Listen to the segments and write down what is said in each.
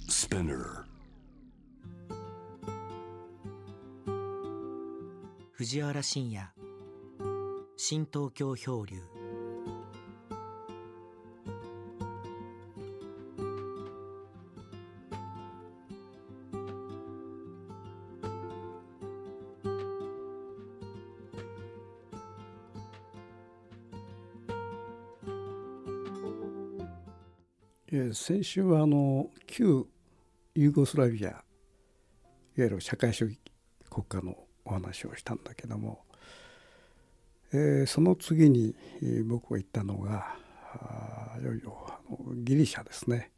Spinner 藤原信也新東京漂流。 先週は旧ユーゴスラビアいわゆる社会主義国家のお話をしたんだけども、その次に僕が言ったのがいよいよギリシャですね。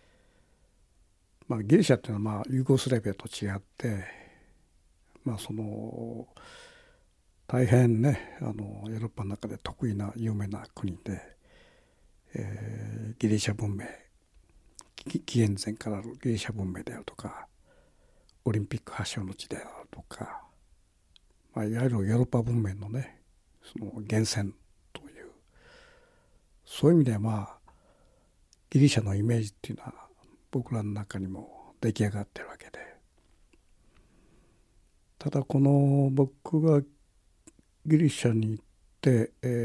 ギリシャっていうのはユーゴスラビアと違って大変ねヨーロッパの中で得意な有名な国で、ギリシャ文明紀元前からあるギリシャ文明であるとかオリンピック発祥の地であるとか、いわゆるヨーロッパ文明のねその源泉というそういう意味ではギリシャのイメージっていうのは僕らの中にも出来上がってるわけで、ただこの僕がギリシャに行って、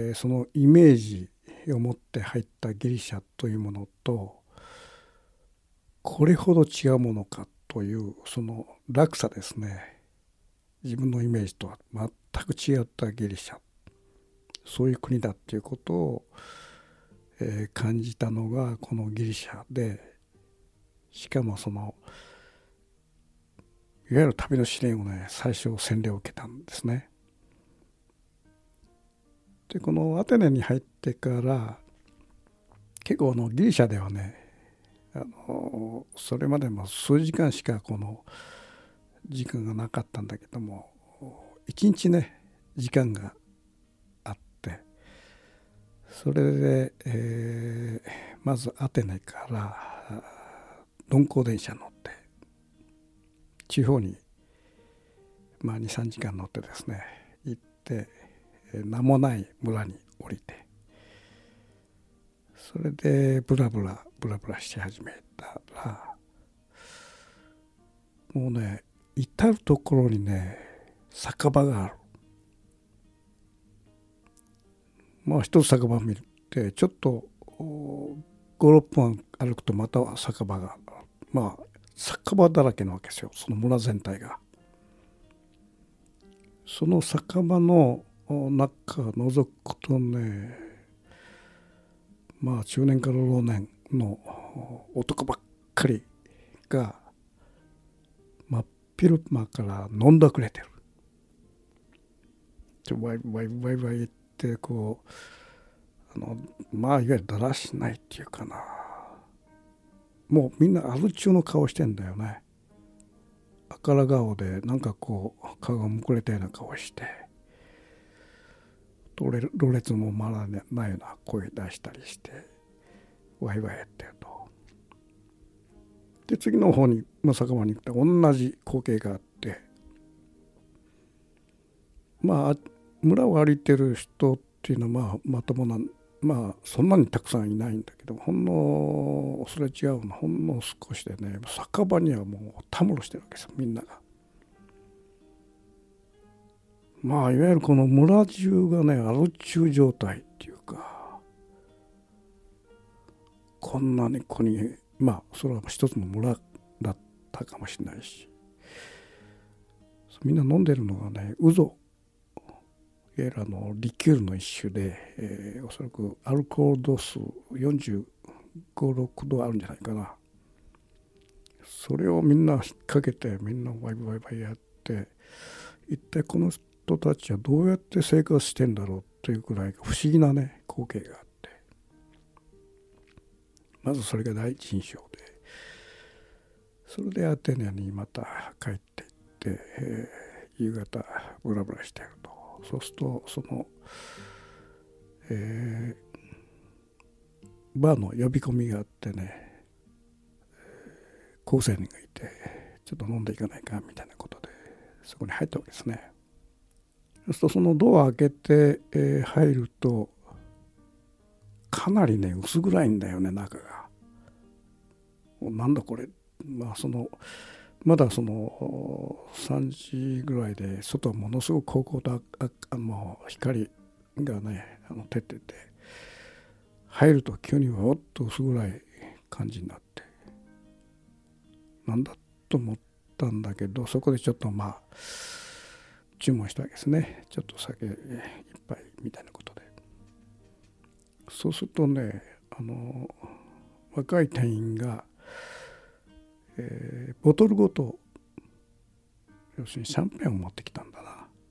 そのイメージを持って入ったギリシャというものとこれほど違うものかというその落差ですね。自分のイメージとは全く違ったギリシャ、そういう国だっていうことを、感じたのがこのギリシャで、しかもいわゆる旅の試練をね最初洗礼を受けたんですね。でこのアテネに入ってから結構ギリシャではねそれまでも数時間しかこの時間がなかったんだけども一日ね時間があってそれで、まずアテネから鈍行電車に乗って地方に2、3時間乗ってですね行って名もない村に降りてそれでブラブラし始めたらもうね至る所にね酒場がある。一つ酒場を見てちょっと5、6分歩くとまた酒場がある。酒場だらけなわけですよ、その村全体が。その酒場の中を覗くとね中年から老年の男ばっかりが真っ昼間から飲んだくれてる。ワイワイ言っていわゆるだらしないっていうかな、もうみんなアル中の顔してんだよね。あから顔で顔がむくれたような顔してろれつも回らないような声出したりしてワイワイやってると。で次の方に酒場に行って同じ光景があって、村を歩いてる人っていうのはまともなそんなにたくさんいないんだけどほんのそれ違うのほんの少しでね酒場にはもうたむろしてるわけですよみんなが。いわゆるこの村中がねアル中状態っていうかこんなにここにそれは一つの村だったかもしれないしみんな飲んでるのがねウゾいわゆるリキュールの一種で、おそらくアルコール度数45、6度あるんじゃないかな。それをみんな引っ掛けてみんなワイワイやって一体この人たちはどうやって生活してんだろうというくらい不思議なね光景があってまずそれが第一印象でそれでアテネにまた帰っていって、夕方ブラブラしてると。そうするとバーの呼び込みがあってね、高青年がいてちょっと飲んでいかないかみたいなことでそこに入ったわけですね。そうするとそのドア開けて、入るとかなりね薄暗いんだよね中が。なんだこれっまだ3時ぐらいで外はものすごく高校ともう光がね照ってて、入ると急にわっと薄暗い感じになって、なんだと思ったんだけど、そこでちょっと注文したわけですね。ちょっと酒一杯みたいなことで。そうするとね、若い店員が、ボトルごと、要するにシャンペーンを持ってきたんだ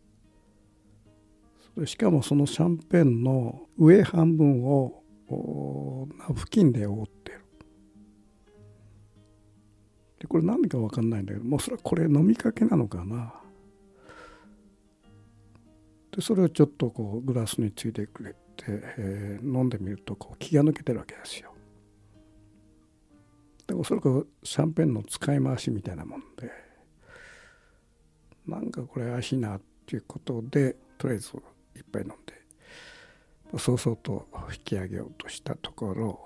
な。しかもそのシャンペーンの上半分をナプキンで覆ってる。でこれ何か分かんないんだけど、もうそれはこれ飲みかけなのかな。でそれをちょっとグラスについてくれて、飲んでみると気が抜けてるわけですよ。でもそれこそシャンペーンの使い回しみたいなもんで、なんかこれ怪しいなっていうことで、とりあえず一杯飲んで早々と引き上げようとしたところ、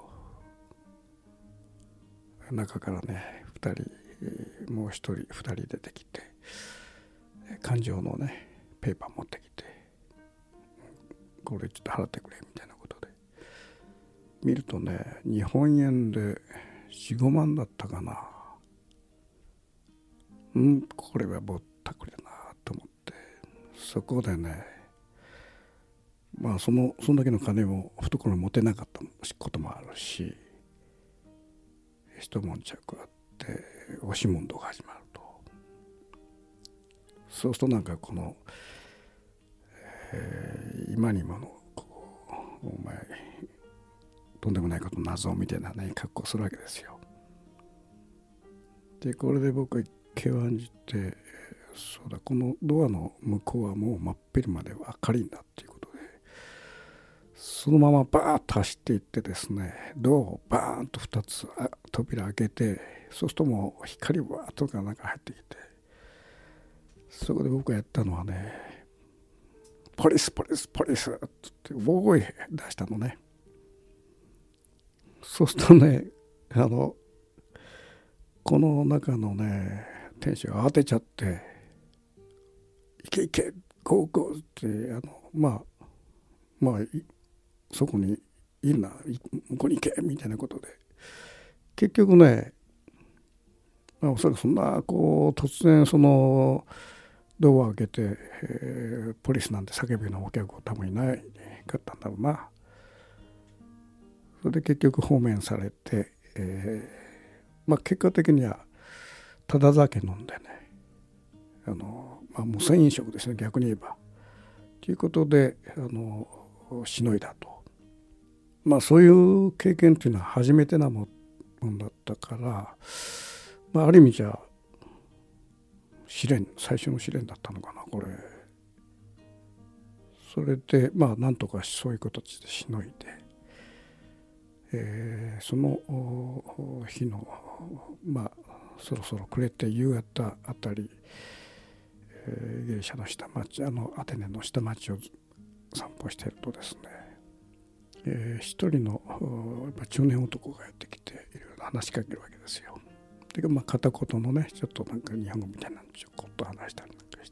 中からねもう一人2人出てきて、勘定のねペーパー持ってきて、これちょっと払ってくれみたいなことで見るとね、日本円で4、5万だったかな。これはぼったくりだなと思って、そこでね、そんだけの金も懐に持てなかったこともあるし、一悶着あって押し問答が始まると、そうするとなんか今にもお前とんでもないこと謎みたいなね格好するわけですよ。でこれで僕は気を案じて、そうだ、このドアの向こうはもう真っ昼まで明かりんだっていうことで、そのままバーッと走っていってですね、ドアをバーンと2つ扉開けて、そうするともう光バーッとかなんか入ってきて、そこで僕がやったのはね、ポリスポリスポリスって大声出したのね。そうするとね、この中のね店主が慌てちゃって、いけいけゴーゴーってそこにいるな、向こうに行けみたいなことで、結局ね、おそらくそんな突然ドアを開けて、ポリスなんて叫ぶようなお客は多分いないかったんだろうな。それで結局放免されて、結果的にはただ酒飲んでね、無銭飲食ですね、逆に言えば。ということでしのいだと。そういう経験というのは初めてなもんだったから、ある意味じゃ最初の試練だったのかな、これ。それでなんとかそういう形でしのいで、その日のそろそろ暮れて夕方あたり、ギリシャの下町、アテネの下町を散歩しているとですね、一人の中年男がやってきていろいろ話しかけるわけですよ。で片言のね、ちょっとなんか日本語みたいなのちょこっと話したりなんかして、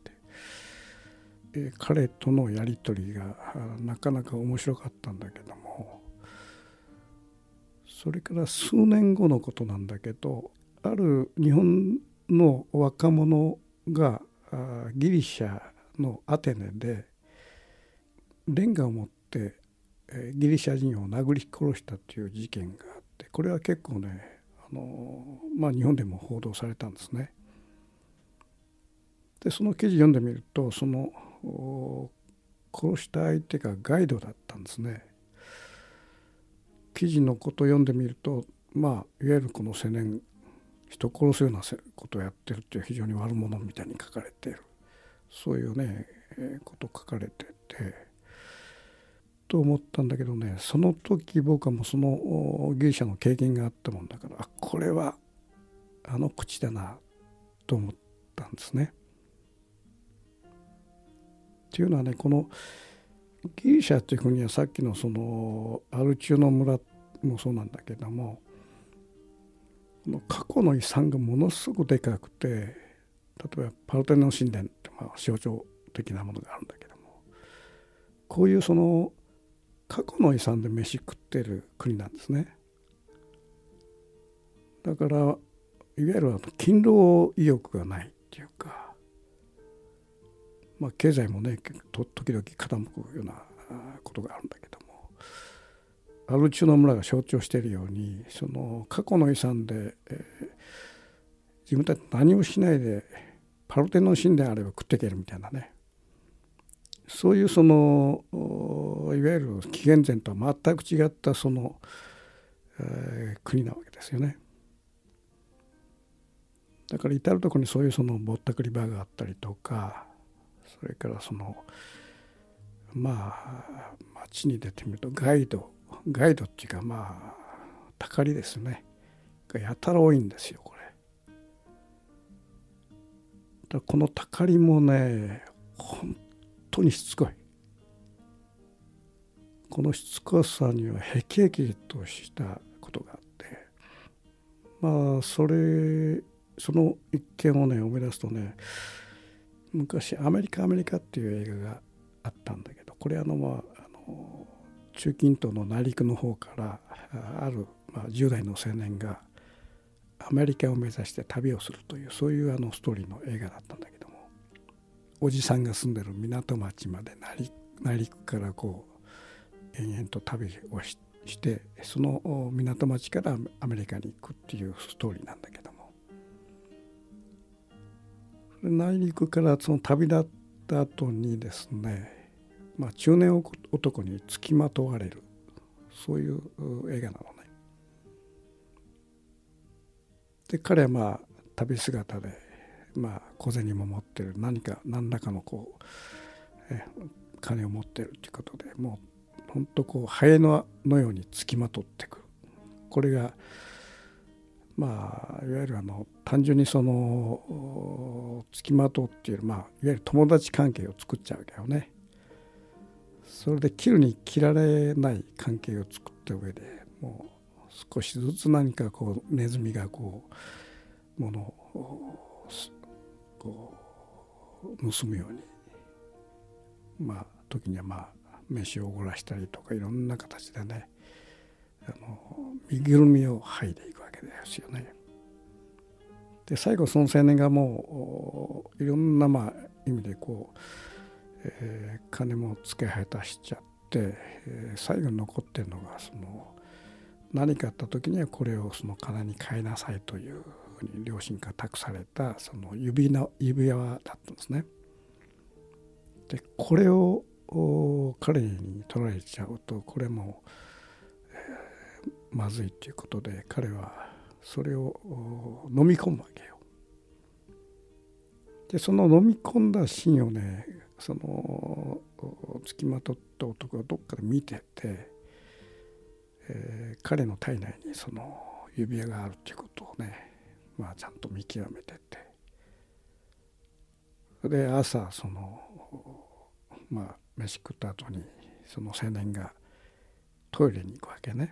彼とのやり取りがなかなか面白かったんだけども、それから数年後のことなんだけど、ある日本の若者がギリシャのアテネでレンガを持ってギリシャ人を殴り殺したという事件があって、これは結構ね日本でも報道されたんですね。でその記事読んでみると、その殺した相手がガイドだったんですね。記事のことを読んでみると、いわゆるこの青年、人を殺すようなことをやってるっていう非常に悪者みたいに書かれている、そういうねこと書かれててと思ったんだけどね、その時僕はもうそのギリシャの経験があったもんだから、これはあの口だなと思ったんですね。っていうのはね、このギリシャという国はさっきのそのアルチューの村もそうなんだけども、 過去の遺産がものすごくでかくて、例えばパルテノン神殿って象徴的なものがあるんだけども、こういうその過去の遺産で飯食ってる国なんですね。だからいわゆる勤労意欲がないっていうか、経済もね時々傾くようなことがあるんだけども、アルチューの村が象徴しているように、その過去の遺産で、自分たち何もしないでパルテノン神殿あれば食っていけるみたいなね、そういうそのいわゆる紀元前とは全く違ったその、国なわけですよね。だから至る所にそういうそのぼったくり場があったりとか、それからその街に出てみるとガイドっていうかたかりですねがやたら多いんですよこれ。だこのたかりもね本当にしつこい。このしつこさにはへきへきとしたことがあって、その一件をね思い出すとね、昔アメリカっていう映画があったんだけど、これ中近東の内陸の方からある10代の青年がアメリカを目指して旅をするという、そういうストーリーの映画だったんだけども、おじさんが住んでる港町まで内陸からこう延々と旅をして、その港町からアメリカに行くっていうストーリーなんだけども、内陸からその旅立った後にですね、中年男につきまとわれる、そういう映画なのね。で彼は旅姿で小銭も持ってる、何らかの金を持ってるということで、もう本当ハエのようにつきまとってくる。これがいわゆる単純にそのつきまとうっていういわゆる友達関係を作っちゃうわけよね。それで切るに切られない関係を作った上で、もう少しずつ何かネズミが物を盗むように、時には飯をおごらしたりとか、いろんな形でね身ぐるみを剥いでいくわけですよね。で最後その青年がもういろんな意味で金もつけ果たしちゃって、最後に残ってるのが何かあった時にはこれをその金に変えなさいというふうに両親から託されたその指輪だったんですね。でこれを彼に取られちゃうと、これもまずいということで、彼はそれを飲み込むわけよ。でその飲み込んだシーンをね、その付きまとった男がどっかで見てて、彼の体内にその指輪があるということをね、ちゃんと見極めてて、で朝飯食った後にその青年がトイレに行くわけね。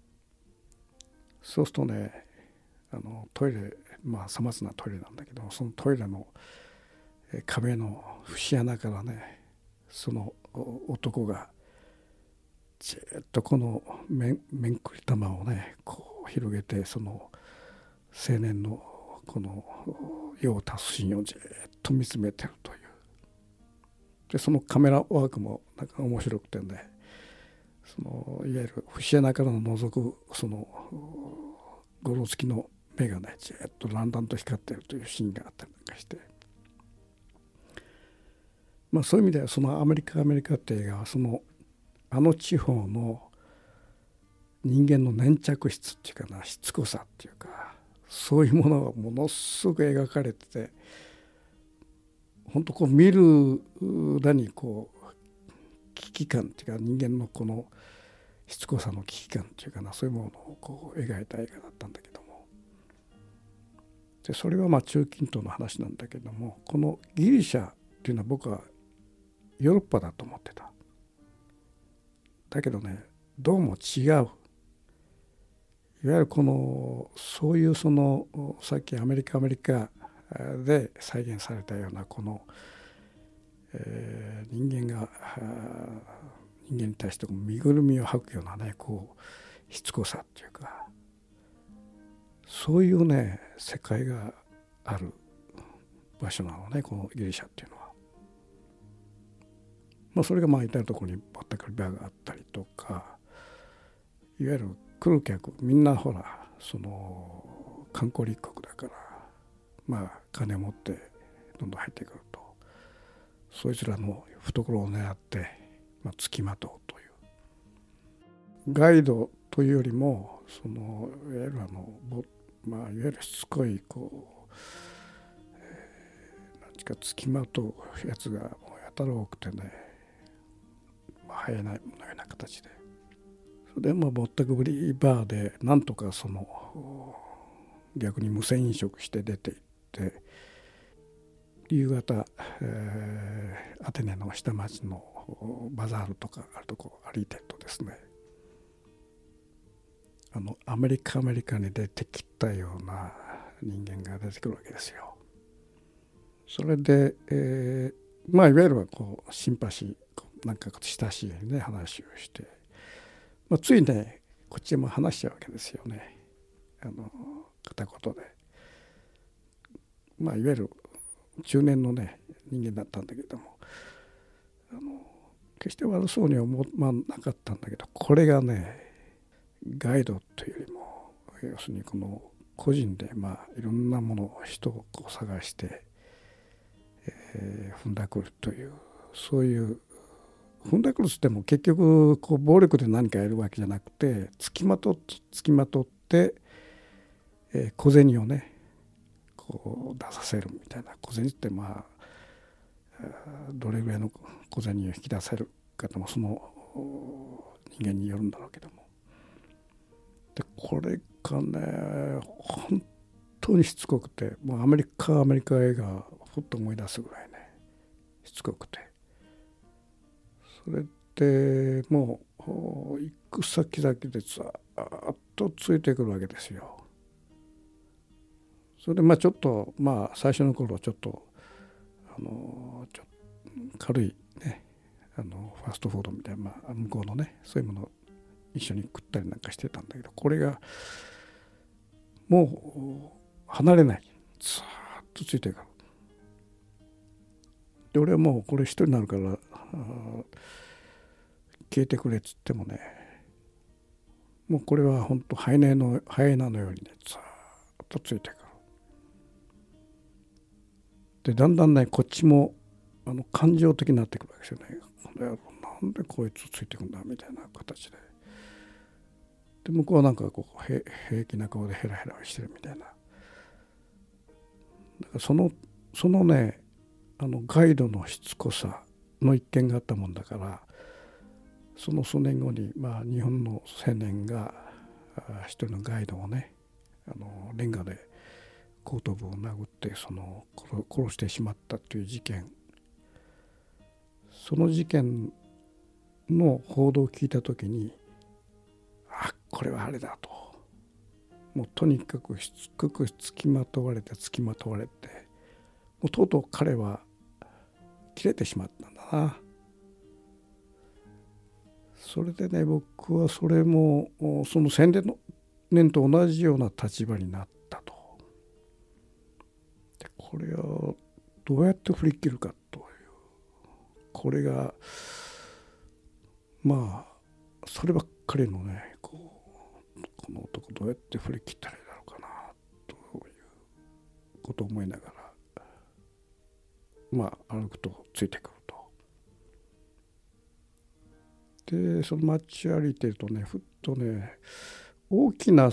そうするとね、トイレさまつなトイレなんだけど、そのトイレの壁の節穴からね、その男がじっとこのめんくり玉をね広げて、その青年のこの用を足すシーンをじっと見つめてるという。でそのカメラワークもなんか面白くてね、いわゆる節穴からの覗くそのゴロつきの目がねじっとだんだんと光ってるというシーンがあったりなんかして、そういう意味ではそのアメリカって映画は地方の人間の粘着質っていうかな、しつこさっていうか、そういうものがものすごく描かれてて、本当見るだに危機感っていうか、人間のこのしつこさの危機感っていうかな、そういうものを描いた映画だったんだけども、でそれは中近東の話なんだけども、このギリシャっていうのは僕はヨーロッパだと思ってた。だけどね、どうも違う。いわいわゆるそういうさっきアメリカで再現されたような人間に対して身ぐるみを吐くようなねしつこさっていうか、そういうね世界がある場所なのね、このギリシャっていうのは。それが至るところにぼったくりバーがあったりとか、いわゆる来る客みんなほら観光立国だから、金を持ってどんどん入ってくると、そいつらの懐を狙って、付きまとうという、ガイドというよりもいわゆるいわゆるしつこい付きまとうやつがやたら多くてね、ハエのような形で、それでぼったくりバーでなんとか逆に無銭飲食して出て行って、夕方、アテネの下町のバザールとかあるとこ歩いてるとですね、アメリカに出てきたような人間が出てくるわけですよ。それで、いわゆるシンパシー、なんか親しいね話をして、ついねこっちも話しちゃうわけですよね、片言で。いわゆる中年のね人間だったんだけども、決して悪そうには思わなかったんだけど、これがねガイドというよりも、要するに個人でいろんなもの人を探して、踏んだくるという、そういう踏んだくるっつっても結局暴力で何かやるわけじゃなくて、付きまとって、小銭をね出させるみたいな。小銭ってどれぐらいの小銭を引き出せるかともその人間によるんだろうけども、でこれがね本当にしつこくて、もうアメリカ映画ふっと思い出すぐらいねしつこくて、それでもう行く先々でずっとついてくるわけですよ。それでちょっと最初の頃ちょっと軽いねファストフードみたいな、向こうのねそういうものを一緒に食ったりなんかしてたんだけど、これがもう離れない、ずっとついてるから。で俺はもうこれ一人になるから消えてくれっつってもね、もうこれは本当ハイエナのようにねずっとついてくる。でだんだんねこっちも感情的になってくるわけですよね。この野郎なんでこいつついてくんだみたいな形で。で向こうはなんか平気な顔でヘラヘラしてるみたいな。だからそのねガイドのしつこさの一件があったもんだから、その数年後に日本の青年が一人のガイドをねレンガで後頭部を殴って殺してしまったという事件、その事件の報道を聞いた時に、これはあれだと、もうとにかくしつこく付きまとわれて、もうとうとう彼は切れてしまったんだな。それでね僕はそれもその青年と同じような立場になったと。でこれをどうやって振り切るかという、これがそればっかりのねこの男どうやって振り切ったらいいだろうかなということを思いながら歩くとついてくると。でその街歩いてるとねふっとね大きな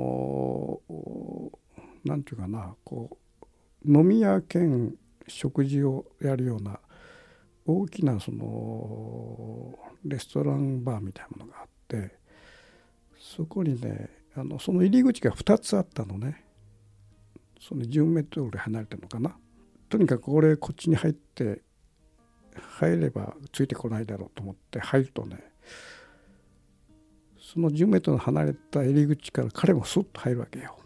なんていうかな飲み屋兼食事をやるような大きなレストランバーみたいなものがあって、そこにねその入り口が2つあったのね。その10メートル離れてるのかな。とにかく俺こっちに入ればついてこないだろうと思って入るとね、 その10メートル離れた入り口から彼もスッと入るわけよ。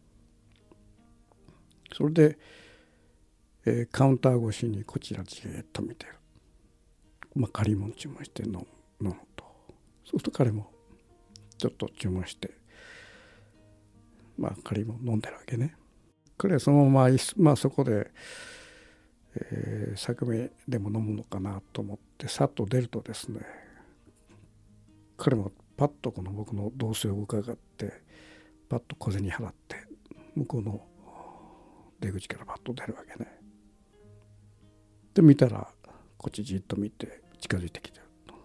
それで、カウンター越しにこちらじーっと見てる。借り物注文して飲むと、そうすると彼もちょっと注文して、借り物飲んでるわけね。彼はそのまま、そこで、酒目でも飲むのかなと思ってさっと出るとですね、彼もパッとこの僕の動静を伺ってパッと小銭払って向こうの出口からパッと出るわけね。で見たらこっちじっと見て近づいてきてると。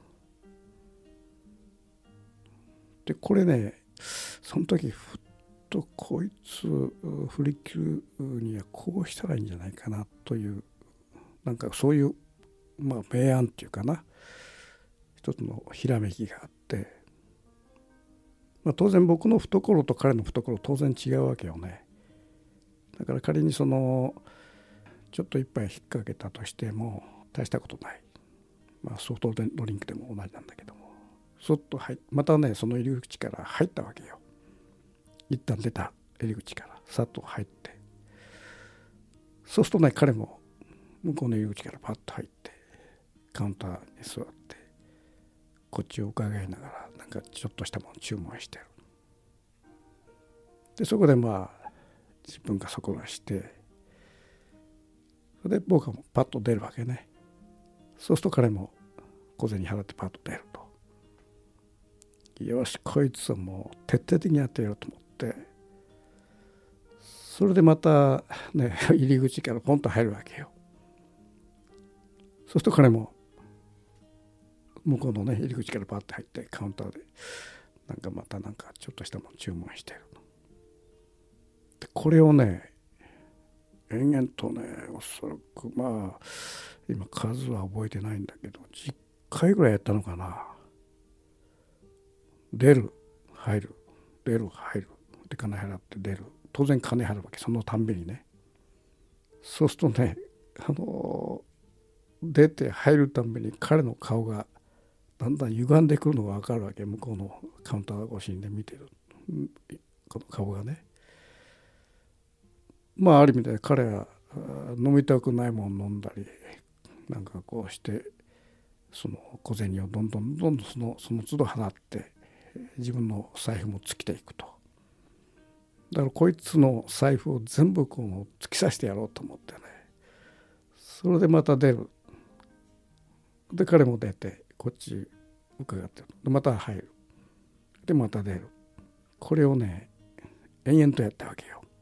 でこれね、その時ふっとこいつ振り切るにはこうしたらいいんじゃないかなという、なんかそういう明暗っていうかな、一つのひらめきがあって、当然僕の懐と彼の懐当然違うわけよね。だから仮にそのちょっと一杯引っ掛けたとしても大したことない。ソフトドリンクでも同じなんだけども、そっとまたね、その入り口から入ったわけよ。一旦出た入り口からさっと入って、そうするとね、彼も向こうの入り口からパッと入ってカウンターに座ってこっちを伺いながらなんかちょっとしたもの注文してる。でそこで自分がそこらして、それで僕はもうパッと出るわけね。そうすると彼も小銭払ってパッと出ると。よし、こいつはもう徹底的にやってやろうと思って、それでまたね、入り口からポンと入るわけよ。そうすると彼も向こうのね入り口からパッと入ってカウンターでまたちょっとしたもの注文してる。でこれをね延々とね、おそらく今数は覚えてないんだけど10回ぐらいやったのかな。出る入る出る入るで金払って出る、当然金払うわけ、そのたんびにね。そうするとね、出て入るたんびに彼の顔がだんだん歪んでくるのが分かるわけ。向こうのカウンター越しに見てるこの顔がね。ある意味で彼は飲みたくないもの飲んだりこうしてその小銭をどんどんその都度払って自分の財布も尽きていくと。だからこいつの財布を全部こう突き刺してやろうと思ってね、それでまた出る。で彼も出てこっち伺ってる。でまた入る。でまた出る。これをね延々とやったわけよ。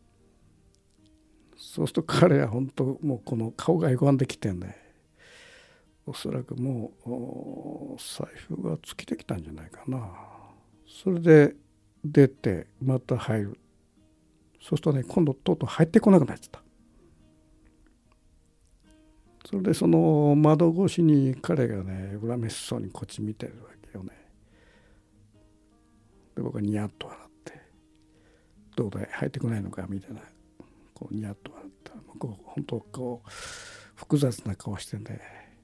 そうすると彼は本当もうこの顔が歪んできてね、おそらくもう財布が尽きてきたんじゃないかな。それで出てまた入る。そうするとね、今度とうとう入ってこなくなっちゃった。それでその窓越しに彼がね恨めしそうにこっち見てるわけよね。で僕はニヤッと笑って「どうだい入ってこないのか」みたいな、こうニヤッと笑ったら向こう本当こう複雑な顔してね、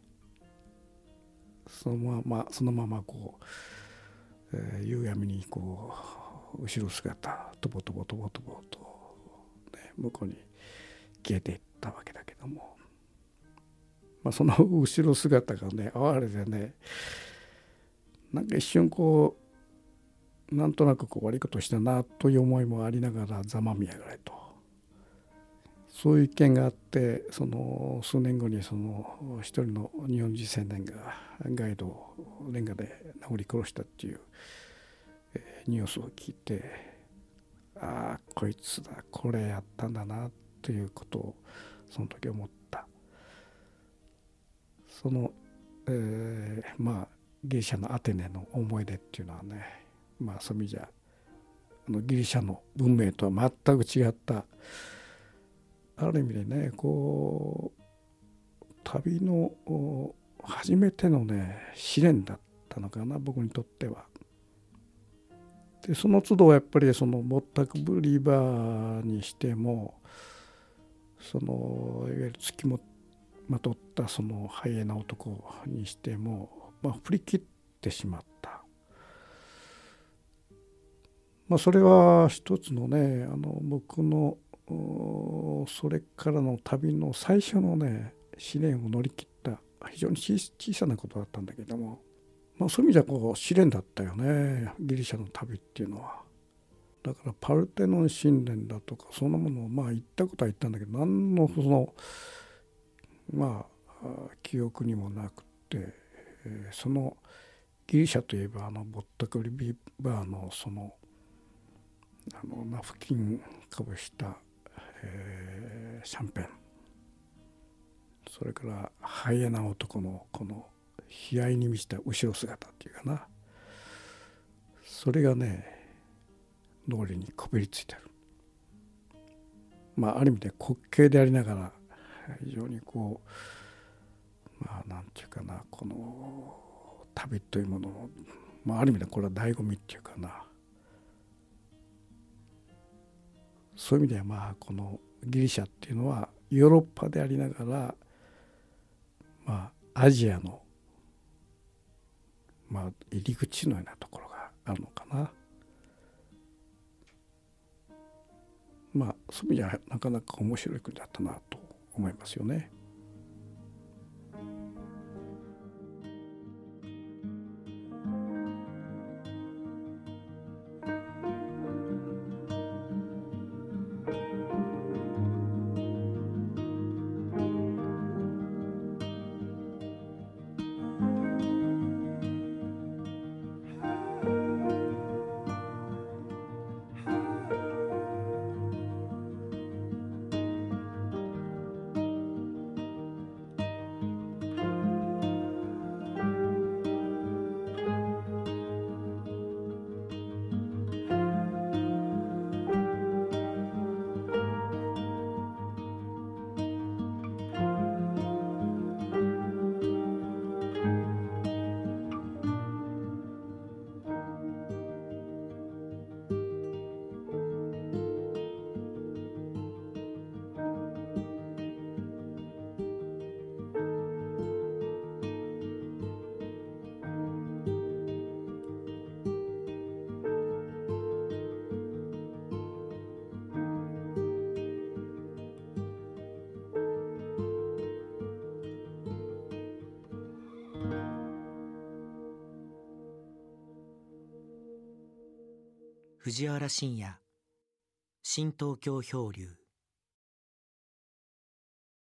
そのままこう、夕闇にこう後ろ姿とぼとぼと、ね、向こうに消えていったわけだけども、その後ろ姿がね哀れでね、一瞬こうなんとなく悪いことしたなという思いもありながらざまみやがれと、そういう一件があって、その数年後にその一人の日本人青年がガイドをレンガで殴り殺したっていうニュースを聞いて、ああこいつだこれやったんだなということをその時思った。その、ギリシャのアテネの思い出っていうのはね、そういう意味じゃギリシャの文明とは全く違った、ある意味でねこう旅の初めてのね試練だったのかな、僕にとっては。でその都度やっぱりそのぼったくぶり場にしても、そのいわゆる付きまとったそのハイエナ男にしても、振り切ってしまった。 それは一つのね僕のそれからの旅の最初のね試練を乗り切った非常に小さなことだったんだけども、そういう意味じゃ試練だったよね、ギリシャの旅っていうのは。だからパルテノン神殿だとかそんなものを行ったことは行ったんだけど、何の記憶にもなくて、そのギリシャといえばぼったくりビバーのナフキンかぶした、シャンペン、それからハイエナ男のこの悲哀に満ちた後ろ姿っていうかな、それがね脳裏にこびりついてる。ある意味で滑稽でありながら非常になんていうかな、この旅というものの、ある意味でこれは醍醐味っていうかな、そういう意味ではこのギリシャっていうのはヨーロッパでありながらアジアの入り口のようなところがあるのかな。そういう意味ではなかなか面白い国だったなと思いますよね。 藤原信也、新東京漂流。